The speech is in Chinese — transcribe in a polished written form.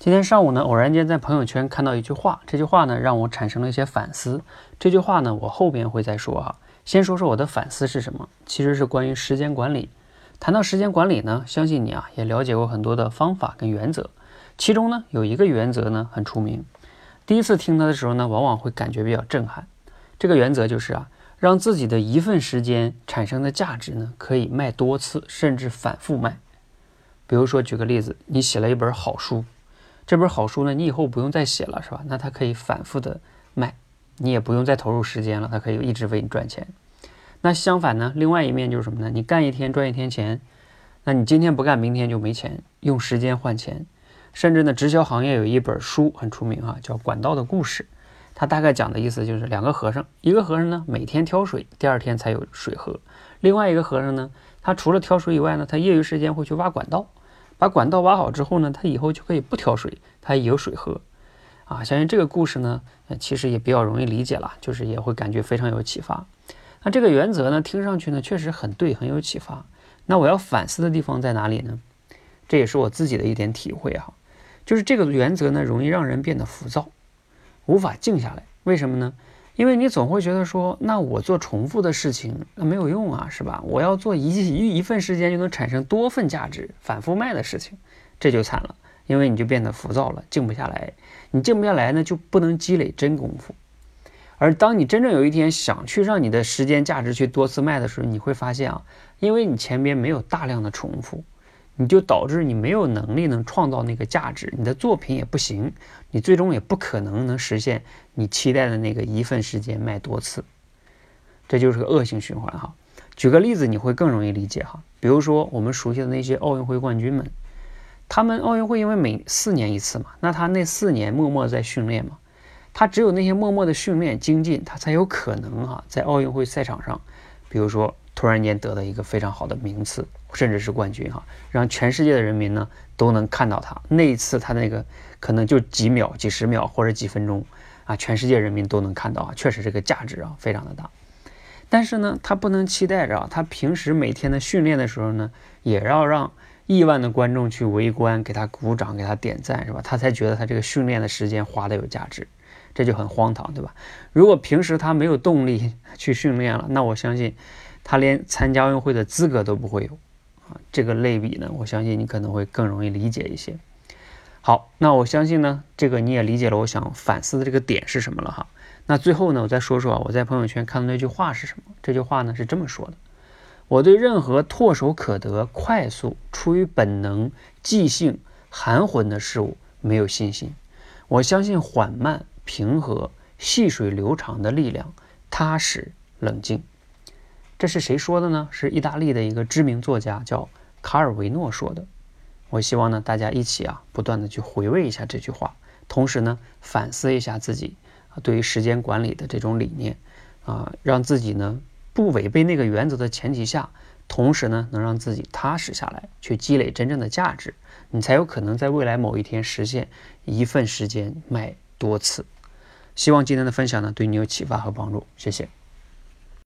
今天上午呢，偶然间在朋友圈看到一句话，这句话呢让我产生了一些反思。这句话呢，我后边会再说哈。先说说我的反思是什么，其实是关于时间管理。谈到时间管理呢，相信你也了解过很多的方法跟原则，其中呢有一个原则呢很出名。第一次听它的时候呢，往往会感觉比较震撼。这个原则就是让自己的一份时间产生的价值呢，可以卖多次，甚至反复卖。比如说举个例子，你写了一本好书。这本好书呢，你以后不用再写了，是吧？那它可以反复的卖，你也不用再投入时间了，它可以一直为你赚钱。那相反呢，另外一面就是什么呢？你干一天赚一天钱，那你今天不干，明天就没钱，用时间换钱。甚至呢，直销行业有一本书很出名叫《管道的故事》，它大概讲的意思就是两个和尚，一个和尚呢每天挑水，第二天才有水喝；另外一个和尚呢，他除了挑水以外呢，他业余时间会去挖管道。把管道挖好之后呢，他以后就可以不挑水，他也有水喝相信这个故事呢，其实也比较容易理解了，就是也会感觉非常有启发。那这个原则呢，听上去呢确实很对，很有启发。那我要反思的地方在哪里呢？这也是我自己的一点体会就是这个原则呢，容易让人变得浮躁，无法静下来。为什么呢？因为你总会觉得说，那我做重复的事情没有用是吧？我要做一份时间就能产生多份价值，反复卖的事情，这就惨了，因为你就变得浮躁了，静不下来。你静不下来呢，就不能积累真功夫。而当你真正有一天想去让你的时间价值去多次卖的时候，你会发现因为你前边没有大量的重复，你就导致你没有能力能创造那个价值，你的作品也不行，你最终也不可能实现你期待的那个一份时间卖多次，这就是个恶性循环举个例子你会更容易理解比如说我们熟悉的那些奥运会冠军们，他们奥运会因为每4年一次嘛，那他那4年默默在训练嘛，他只有那些默默的训练精进，他才有可能在奥运会赛场上，比如说突然间得到一个非常好的名次，甚至是冠军让全世界的人民呢都能看到他那一次，他那个可能就几秒、几十秒或者几分钟全世界人民都能看到确实这个价值非常的大。但是呢，他不能期待着他平时每天的训练的时候呢，也要让亿万的观众去围观，给他鼓掌，给他点赞，是吧？他才觉得他这个训练的时间花的有价值，这就很荒唐，对吧？如果平时他没有动力去训练了，那我相信他连参加奥运会的资格都不会有这个类比呢，我相信你可能会更容易理解一些。好，那我相信呢，这个你也理解了我想反思的这个点是什么了那最后呢，我再说说我在朋友圈看到那句话是什么。这句话呢是这么说的：我对任何唾手可得、快速、出于本能、即兴、含混的事物没有信心。我相信缓慢、平和、细水流长的力量，踏实、冷静。这是谁说的呢？是意大利的一个知名作家叫卡尔维诺说的。我希望呢大家一起不断的去回味一下这句话，同时呢反思一下自己对于时间管理的这种理念让自己呢不违背那个原则的前提下，同时呢能让自己踏实下来，去积累真正的价值，你才有可能在未来某一天实现一份时间卖多次。希望今天的分享呢对你有启发和帮助，谢谢。